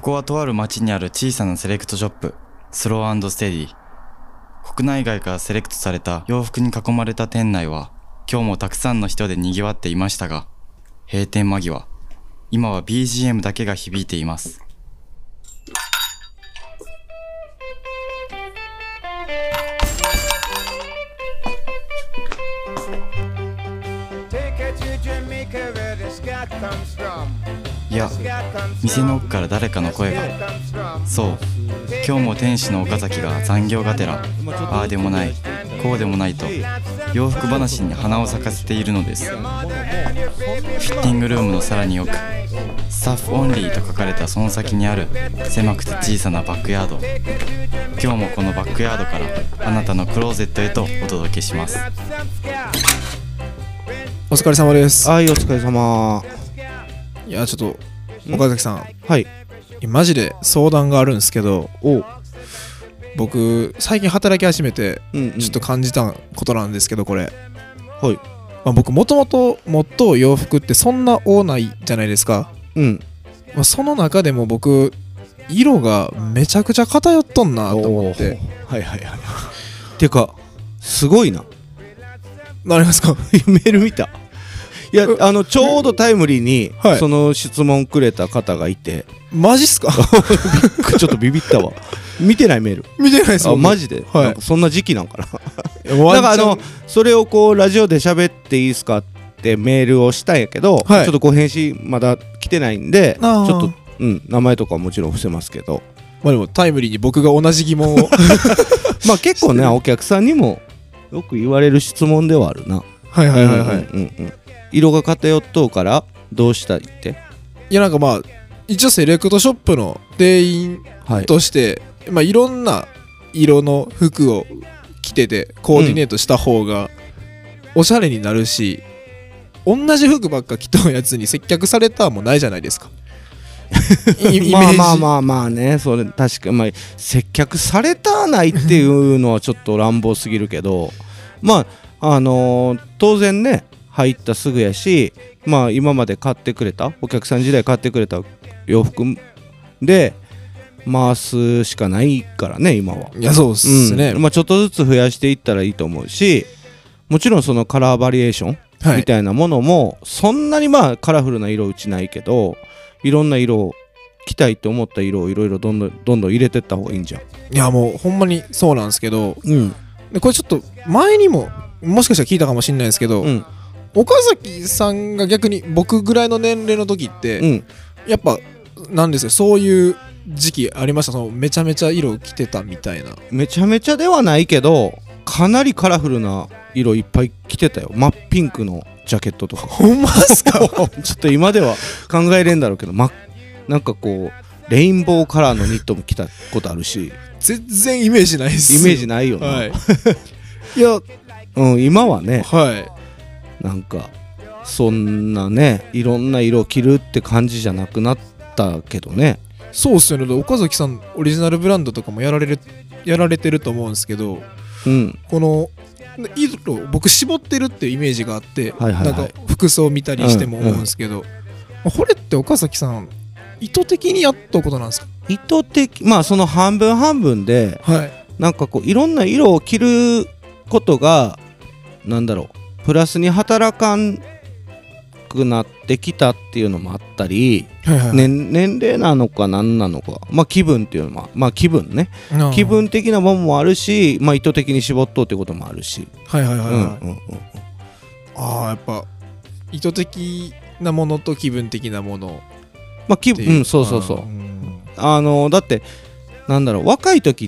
こはとある町にある小さなセレクトショップ、スロー&ステディ。国内外からセレクトされた洋服に囲まれた店内は、今日もたくさんの人で賑わっていましたが、閉店間際、今は BGM だけが響いています。いや、店の奥から誰かの声が。そう、今日も店主の岡崎が残業がてら、ああでもないこうでもないと洋服話に花を咲かせているのです。フィッティングルームのさらに奥、スタッフオンリーと書かれたその先にある狭くて小さなバックヤード。今日もこのバックヤードからあなたのクローゼットへとお届けします。 お疲れ様です。 はい、お疲れ様。 いや、ちょっと岡崎さん、 はい、 マジで相談があるんですけど、僕最近働き始めてちょっと感じたことなんですけど、これ、 はい、 僕もともと洋服ってそんな多ないじゃないですか。その中でも僕色がめちゃくちゃ偏っとんなと思って。 はいはいはい。てかすごいな。 なりますか？ メール見た。いや、ちょうどタイムリーに、 はい、 その質問くれた方がいて。 マジっすか？ ちょっとビビったわ。見てないメール。 見てないです。 マジで、 はい、 なんかそんな時期なんかな。だからそれをこうラジオで喋っていいですかってメールをしたんやけど、はい、ちょっとご返信まだ来てないんで、ちょっと、名前とかはもちろん伏せますけど、 でもタイムリーに僕が同じ疑問をまあ結構ね、お客さんにもよく言われる質問ではあるな。 はいはいはいはい。 色が偏っとうからどうしたいって？ いや、なんかまあ一応セレクトショップの店員として、はい、いろんな色の服を着ててコーディネートした方がおしゃれになるし、同じ服ばっか着とうやつに接客されたもないじゃないですか。 まあね、それ確か、接客されたないっていうのはちょっと乱暴すぎるけど当然ね、入ったすぐやし、今まで買ってくれたお客さん時代買ってくれた洋服で回すしかないからね、今は。 いや、そうっすね。 ちょっとずつ増やしていったらいいと思うし、もちろんそのカラーバリエーションみたいなものも、そんなにカラフルな色うちないけど、いろんな色を着たいと思った色をいろいろどんどん入れてった方がいいんじゃん。 いや、もうほんまにそうなんですけど、でこれちょっと前にももしかしたら聞いたかもしれないですけど、岡崎さんが逆に僕ぐらいの年齢の時って、やっぱなんですよ、そういう時期ありました？そのめちゃめちゃ色着てたみたいな。 めちゃめちゃではないけど、かなりカラフルな色いっぱい着てたよ。真っピンクのジャケットとか。 ほんまっすか？ ちょっと今では考えれんだろうけど、なんかこうレインボーカラーのニットも着たことあるし。 全然イメージないっす。 イメージないよな、 はい、いや、 今はね、 はい、 なんかそんなね、いろんな色を着るって感じじゃなくなったけどね。 そうっすよね。岡崎さんオリジナルブランドとかもやられてると思うんですけど、この色僕絞ってるっていうイメージがあって、なんか服装見たりしても思うんですけど、これって岡崎さん意図的にやったことなんですか？ 意図的、その半分半分で、なんかこういろんな色を着ることがなんだろう、プラスに働かんくなってきたっていうのもあったり、年齢なのか何なのか、気分っていうのは気分ね、気分的なものもあるし、意図的に絞っとうってこともあるし、 やっぱ意図的なものと気分的なもの、 そうだってなんだろう、若い時って、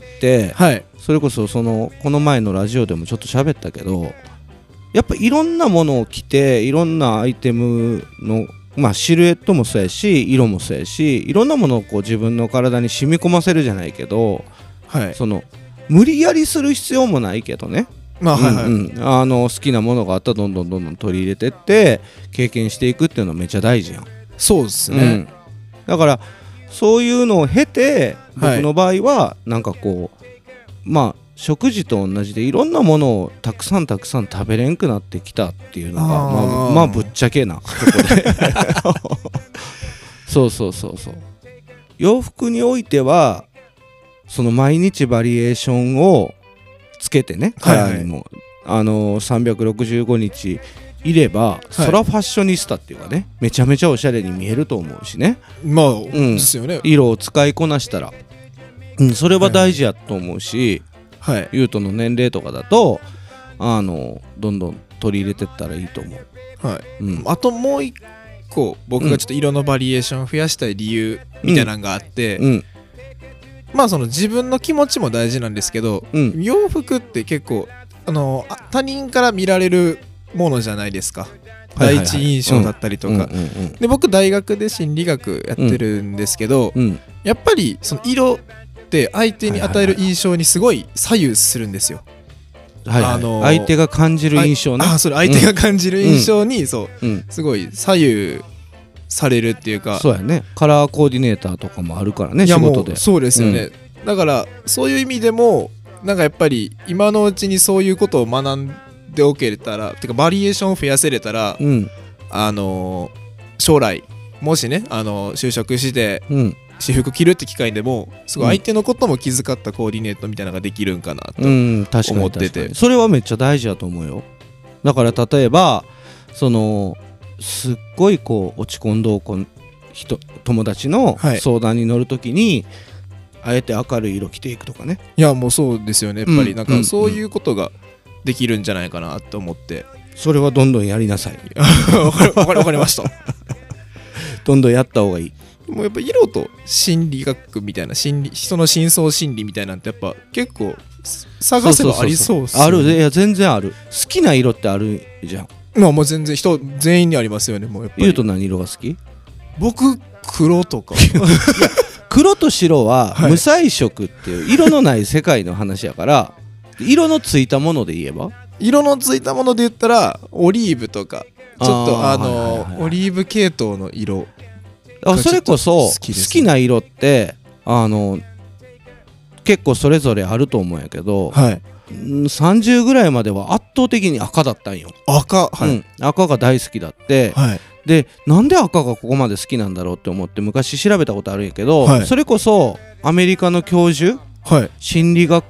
それこそこの前のラジオでもちょっと喋ったけど、やっぱいろんなものを着て、いろんなアイテムの、シルエットもそうやし、色もそうやし、いろんなものをこう自分の体に染み込ませるじゃないけど、無理やりする必要もないけどね、好きなものがあったらどんどん取り入れてって経験していくっていうのはめっちゃ大事やん。 そうですね、 だからそういうのを経て、僕の場合はなんかこう食事と同じでいろんなものをたくさん食べれんくなってきたっていうのがぶっちゃけなとこでそう洋服においてはその毎日バリエーションをつけてね、カラーにも、365日いれば、そらファッショニスタっていうかね、めちゃめちゃおしゃれに見えると思うしね。 まあ、ですよね。 色を使いこなしたら、それは大事やと思うし、ゆうとの年齢とかだとどんどん取り入れてったらいいと思う。 あともう一個僕がちょっと色のバリエーションを増やしたい理由みたいなのがあって、まあその自分の気持ちも大事なんですけど、洋服って結構他人から見られるものじゃないですか。第一印象だったりとかで、僕大学で心理学やってるんですけど、やっぱりその色って相手に与える印象にすごい左右するんですよ。 相手が感じる印象ね。 それ相手が感じる印象にすごい左右されるっていうか。 そうやね。カラーコーディネーターとかもあるからね、仕事で。 そうですよね。だからそういう意味でもなんかやっぱり今のうちにそういうことを学んでおけたら、てかバリエーションを増やせれたら、将来もしね就職して私服着るって機会でもすごい相手のことも気遣ったコーディネートみたいなのができるんかなと思ってて、 それはめっちゃ大事だと思うよ。だから例えばすっごいこう落ち込んど友達の相談に乗るときに、あえて明るい色着ていくとかね。 いやもうそうですよね。やっぱりなんかそういうことができるんじゃないかなと思って、 それはどんどんやりなさい。 わかりました。 どんどんやった方がいい。 もうやっぱ色と心理学みたいな人の深層心理みたいなんてやっぱ結構探せばありそうっすよね。 ある。いや全然ある。好きな色ってあるじゃん。 まあもう全然人全員にありますよね。もうやっぱり。 ゆうと何色が好き？ 僕黒とか。 黒と白は無彩色っていう色のない世界の話やから、色のついたもので言えば、 色のついたもので言ったらオリーブとかちょっとオリーブ系統の色。 それこそ好きな色って結構それぞれあると思うんやけど、30ぐらいまでは圧倒的に赤だったんよ。赤が大好きだって、でなんで赤がここまで好きなんだろうって思って昔調べたことあるんやけど、それこそアメリカの教授、心理学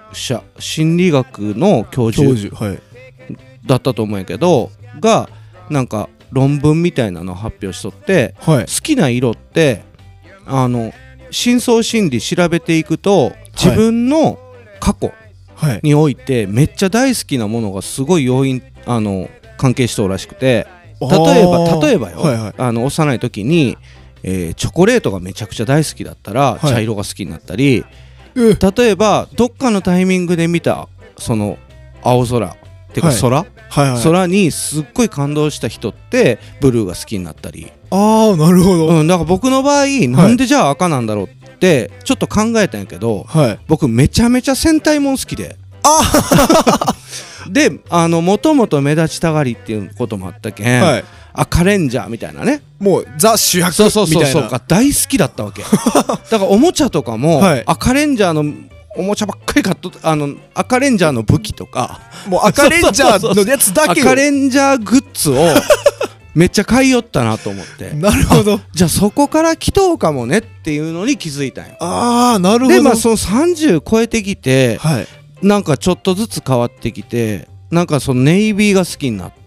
の教授だったと思うんやけどがなんか論文みたいなのを発表しとって、好きな色って深層心理調べていくと自分の過去においてめっちゃ大好きなものがすごい要因関係しとるらしくて、例えばよ、幼い時に、チョコレートがめちゃくちゃ大好きだったら茶色が好きになったり、例えばどっかのタイミングで見たその青空ってか空にすっごい感動した人ってブルーが好きになったり。 なるほど。 だから僕の場合なんでじゃあ赤なんだろうってちょっと考えたんやけど、僕めちゃめちゃ戦隊もん好きで、でもともと目立ちたがりっていうこともあったけん、赤レンジャーみたいなね、 もうザ主役みたいなが大好きだったわけ。だからおもちゃとかも赤レンジャーのおもちゃばっかり買っと赤レンジャーの武器とか、 もう赤レンジャーのやつだけ赤レンジャーグッズをめっちゃ買いよったなと思って。 なるほど。 じゃあそこから来とうかもねっていうのに気づいたんよ。 なるほど。 でその30超えてきて、なんかちょっとずつ変わってきて、なんかそのネイビーが好きになって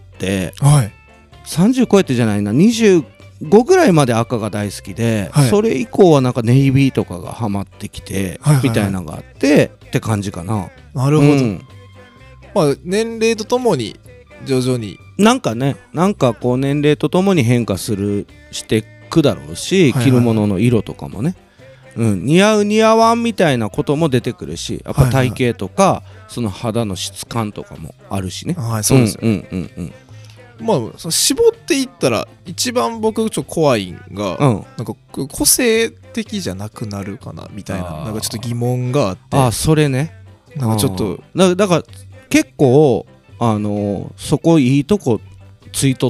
、30超えてじゃないな、25ぐらいまで赤が大好きで、それ以降はなんかネイビーとかがハマってきて、みたいなのがあってって感じかな。 なるほど。年齢とともに徐々になんかこう年齢とともに変化してくだろうし、着るものの色とかもね、似合う似合わんみたいなことも出てくるし、やっぱ体型とかその肌の質感とかもあるしね。 そうですよ。絞っていったら一番僕ちょっと怖いんが、なんか個性的じゃなくなるかなみたいな、なんかちょっと疑問があって。 それね。 なんかちょっとだから結構そこいいとこついとって、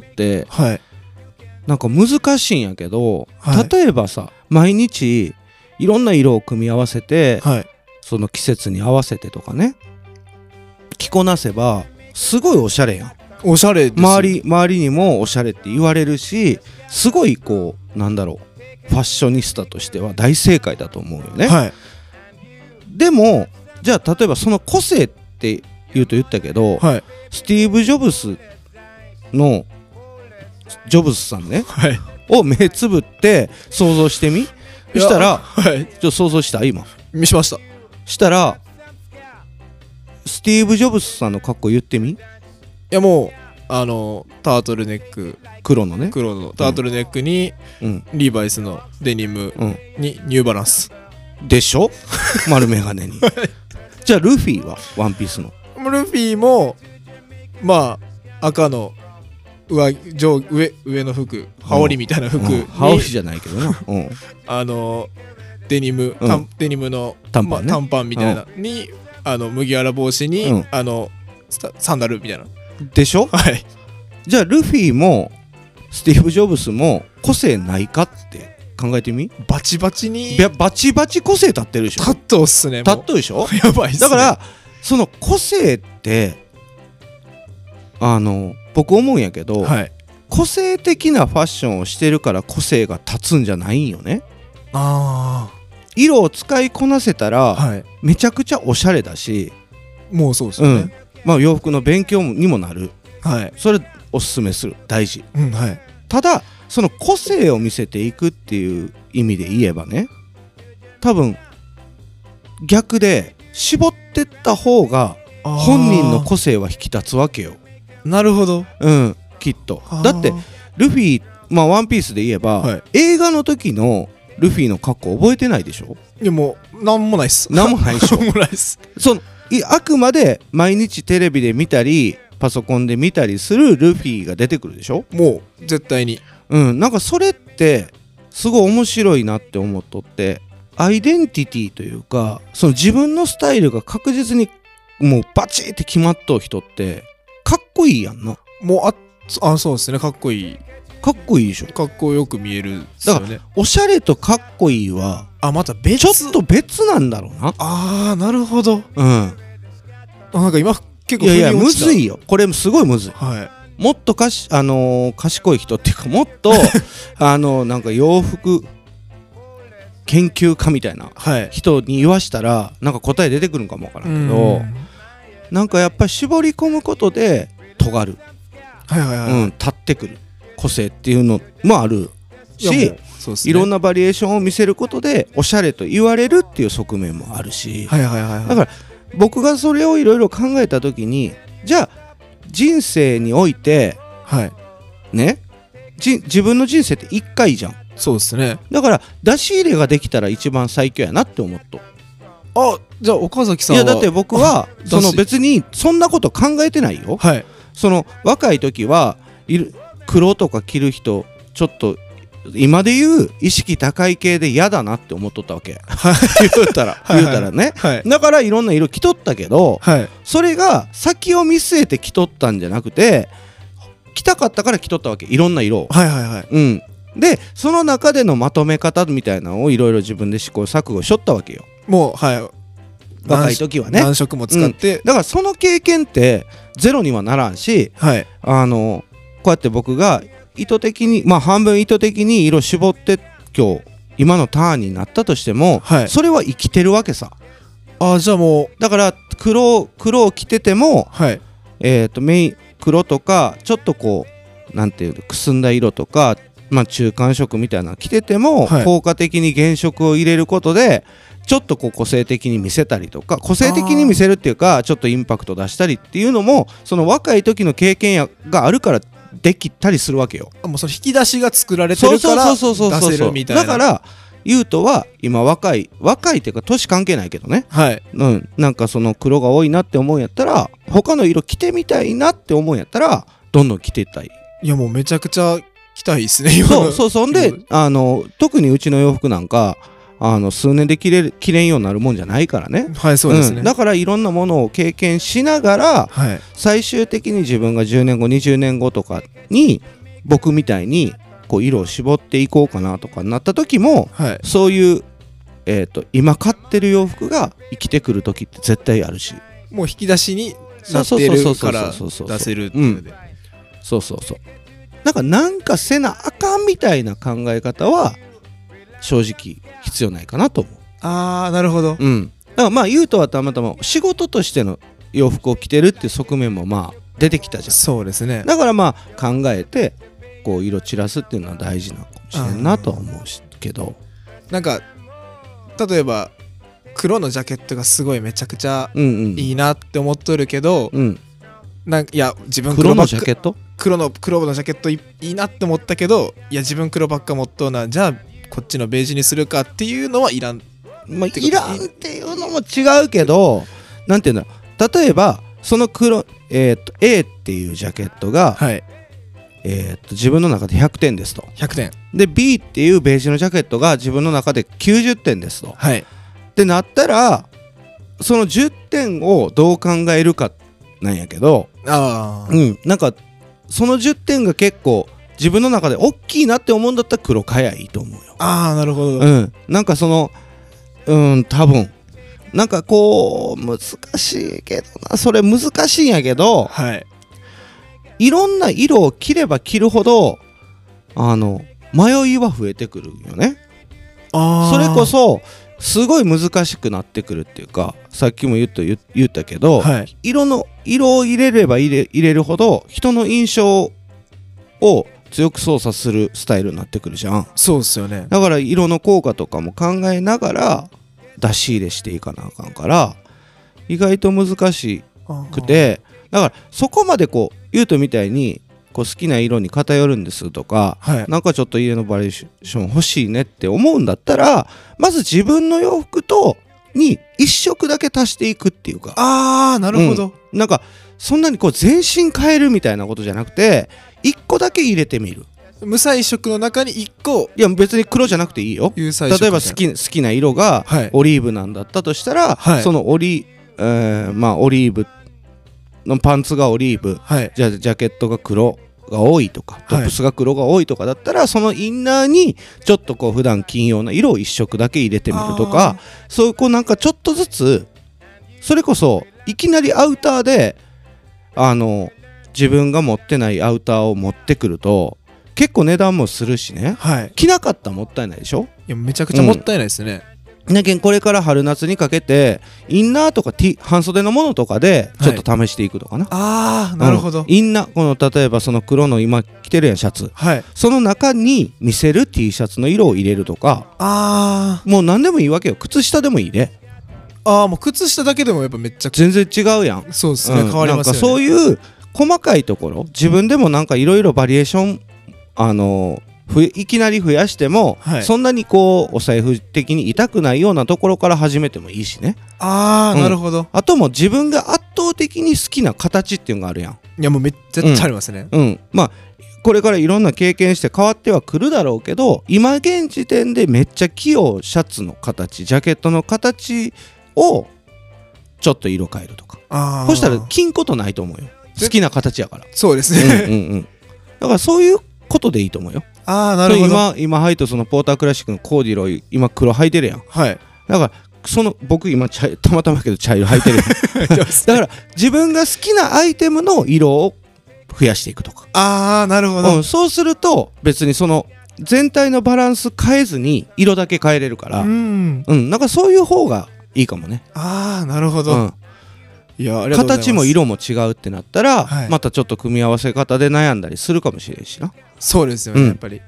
なんか難しいんやけど、例えばさ、毎日いろんな色を組み合わせて、その季節に合わせてとかね着こなせばすごいおしゃれやん。 おしゃれです。 周りにもおしゃれって言われるし、すごいこうなんだろう、フファッショニスタとしては大正解だと思うよね、 はい、 でもじゃあ例えばその個性って言ったけど、はい、スティーブ・ジョブスのジョブズさんね、はい、を目つぶって想像してみ。そしたら、はい、ちょっと想像した今見しました。 したらスティーブ・ジョブズさんの格好言ってみ。いやもうタートルネック、 黒のタートルネックに、うん、リーバイスのデニムにニューバランスでしょ丸眼鏡にじゃあルフィはワンピースのルフィもまあ赤の上の服、羽織みたいな服に、 羽織じゃないけどな、 デニムの短パンみたいなに麦わら帽子に、サンダルみたいなでしょ。 はい。 じゃあルフィもスティーブ・ジョブスも個性ないかって考えてみ。 バチバチ個性立ってるでしょ。 立っとうっすね。 立っとうでしょ。 やばいっすね。 だからその個性って僕思うんやけど、はい、個性的なファッションをしてるから個性が立つんじゃないんよね。色を使いこなせたら、はい、めちゃくちゃおしゃれだし、 もうそうですよね、 まあ、洋服の勉強にもなる、 はい、 それおすすめする、大事、 はい、 ただその個性を見せていくっていう意味で言えばね、多分逆で絞ってった方が本人の個性は引き立つわけよ。 なるほど、 きっと。だってルフィ、ワンピースで言えば、はい、映画の時のルフィの格好覚えてないでしょ。 いやもうなんもないっす。 なんもないでしょ。 なんもないっす。 あくまで毎日テレビで見たりパソコンで見たりするルフィが出てくるでしょ。 もう絶対に、 なんかそれってすごい面白いなって思っとって、アイデンティティというか、その自分のスタイルが確実にもうバチって決まっとう人ってかっこいいやんな。 もうそうですね、かっこいいでしょ。 かっこよく見えるっすよね。 だからおしゃれとかっこいいはまた別、 ちょっと別なんだろうな。 なるほど。なんか今結構いやむずいよ、これすごいむずい、 はい、 もっと賢い人っていうか、もっとなんか洋服研究家みたいな人に言わしたらなんか答え出てくるんかもわからんけど、なんかやっぱり絞り込むことで尖る、立ってくる個性っていうのもあるし、いろんなバリエーションを見せることでおしゃれと言われるっていう側面もあるし、だから僕がそれをいろいろ考えた時に、じゃあ人生において、ね、自分の人生って1回じゃん。 そうですね。 だから出し入れができたら一番最強やなって思っと。 じゃあ岡崎さんは。 いやだって僕は別にそんなこと考えてないよ。若い時は黒とか着る人ちょっと今で言う意識高い系で嫌だなって思っとったわけ言うたらね、だからいろんな色着とったけど、それが先を見据えて着とったんじゃなくて、着たかったから着とったわけ、いろんな色を。でその中でのまとめ方みたいなのをいろいろ自分で試行錯誤しとったわけよ、もう。若い時はね、 何色も使って、 だからその経験ってゼロにはならんし、こうやって僕が意図的に、半分意図的に色絞って今のターンになったとしても、それは生きてるわけさ。 じゃあもうだから黒を着てても、黒とかちょっとこうなんていうの、くすんだ色とか、中間色みたいなの着てても、効果的に原色を入れることでちょっとこう個性的に見せたりとか、個性的に見せるっていうかちょっとインパクト出したりっていうのも、その若い時の経験があるからできたりするわけよ。 もうその引き出しが作られてるから出せるみたいな。 だから優斗は今若いっていうか年関係ないけどね、なんかその黒が多いなって思うんやったら、他の色着てみたいなって思うんやったらどんどん着ていったい。 いやもうめちゃくちゃ着たいですね今。 そんで特にうちの洋服なんか数年で着れんようになるもんじゃないからね。 そうですね。 だからいろんなものを経験しながら、最終的に自分が10年後20年後とかに僕みたいにこう色を絞っていこうかなとかになった時も、そういう、今買ってる洋服が生きてくる時って絶対あるし、 もう引き出しになってるから出せるっていうので、なんかせなあかんみたいな考え方は正直必要ないかなと思う。 ああ、なるほど。 だからまあユウトはたまたま仕事としての洋服を着てるっていう側面もまあ出てきたじゃん。 そうですね。 だからまあ考えてこう色散らすっていうのは大事なのかもしれんなとは思うけど、 なんか例えば黒のジャケットがすごいめちゃくちゃいいなって思っとるけど、なんかいや自分黒のジャケット黒のジャケットいいなって思ったけど、いや自分黒ばっか持っとうな、じゃあこっちのベージュにするかっていうのはいらん。 まあいらんっていうのも違うけど、なんていうんだろう、例えばその黒A っていうジャケットが、はい、自分の中で100点ですと。 100点で B っていうベージュのジャケットが自分の中で90点ですと。 はい。 ってなったらその10点をどう考えるかなんやけど、なんかその10点が結構自分の中で大きいなって思うんだったら黒買えばいいと思うよ。 ああ、なるほど。 なんかその多分なんかこう難しいけどな、それ難しいんやけど、はい、いろんな色を着れば着るほど迷いは増えてくるよね。それこそすごい難しくなってくるっていうか、さっきも言ったけど、はい、色を入れれば入れるほど人の印象を強く操作するスタイルになってくるじゃん。 そうですよね。 だから色の効果とかも考えながら出し入れしていかなあかんから意外と難しくて、だからそこまでこう言うとみたいにこう好きな色に偏るんですとか、はい、なんかちょっと家のバリエーション欲しいねって思うんだったら、まず自分の洋服に一色だけ足していくっていうか。 あー、なるほど。 なんかそんなにこう全身変えるみたいなことじゃなくて1個だけ入れてみる。 無彩色の中に1個。 いや別に黒じゃなくていいよ。例えば好きな色がオリーブなんだったとしたら、はい、そのオリーブのパンツがオリーブ、はい、じゃあジャケットが黒が多いとかトップスが黒が多いとかだったら、はい、そのインナーにちょっとこう普段着んような色を1色だけ入れてみるとか、そういうこうなんかちょっとずつ、それこそいきなりアウターで自分が持ってないアウターを持ってくると結構値段もするしね、はい、着なかったらもったいないでしょ。 いやめちゃくちゃもったいないですね。 だけどこれから春夏にかけてインナーとか半袖のものとかでちょっと試していくとかな、 はい、ああなるほど、 インナー例えばその黒の今着てるやんシャツ、はい、その中に見せる T シャツの色を入れるとか、もう何でもいいわけよ。靴下でもいいで。 もう靴下だけでもやっぱめっちゃ全然違うやん。 そうですね、変わりますよね。 なんかそういう細かいところ自分でもなんかいろいろバリエーションいきなり増やしても、はい、そんなにこうお財布的に痛くないようなところから始めてもいいしね。 なるほど。 あともう自分が圧倒的に好きな形っていうのがあるやん。 いやもうめっちゃありますね。 まあこれからいろんな経験して変わってはくるだろうけど、今現時点でめっちゃ器用シャツの形ジャケットの形をちょっと色変えるとか。そしたら着んことないと思うよ。好きな形やから。 そうですね。 だからそういうことでいいと思うよ。 なるほど。 今履いてそのポータークラシックのコーディロイ今黒履いてるやん。はい。だから僕今たまたまけど茶色履いてるやん。だから自分が好きなアイテムの色を増やしていくとか。 なるほど。 そうすると別にその全体のバランス変えずに色だけ変えれるから、なんかそういう方がいいかもね。 なるほど。いや形も色も違うってなったら、またちょっと組み合わせ方で悩んだりするかもしれんしな。 そうですよね、やっぱり。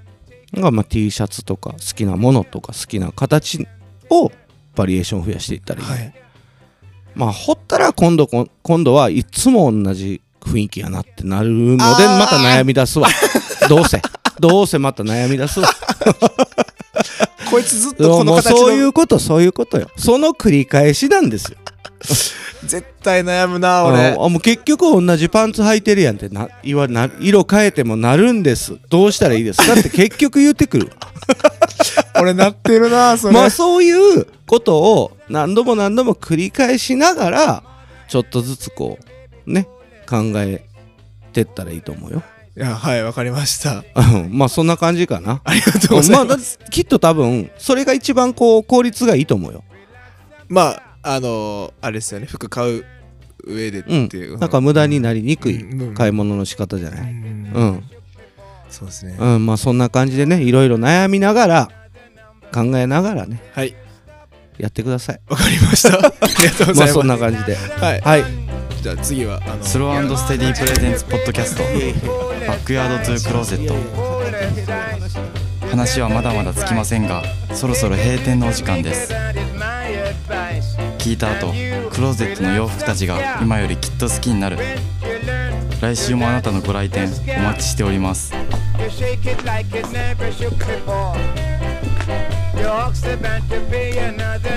T シャツとか好きなものとか好きな形をバリエーション増やしていったり、ほったら今度はいつも同じ雰囲気やなってなるのでまた悩み出すわ。どうせまた悩み出すわ。 こいつずっとこの形のそういうことよ。その繰り返しなんですよ。 絶対悩むな俺。 もう結局同じパンツ履いてるやんって色変えてもなるんです。どうしたらいいですかって結局言ってくる。 俺なってるなそれ。 そういうことを何度も繰り返しながらちょっとずつこうね考えてったらいいと思うよ。 いやはいわかりました。 そんな感じかな。 ありがとうございます。 きっと多分それが一番こう効率がいいと思うよ。 あれですよね、服買う上でっていう、 なんか無駄になりにくい買い物の仕方じゃない。 そうですね。 そんな感じでねいろいろ悩みながら考えながらね、 はい、 やってください。 わかりました。ありがとうございます。 まあそんな感じで、 はい、はい、じゃあ次はスロー&ステディプレゼンツポッドキャストバックヤードトゥークローゼット。話はまだまだつきませんが、そろそろ閉店のお時間です。聞いた後、クローゼットの洋服たちが今よりきっと好きになる。来週もあなたのご来店お待ちしております。Your hawks are bound to be another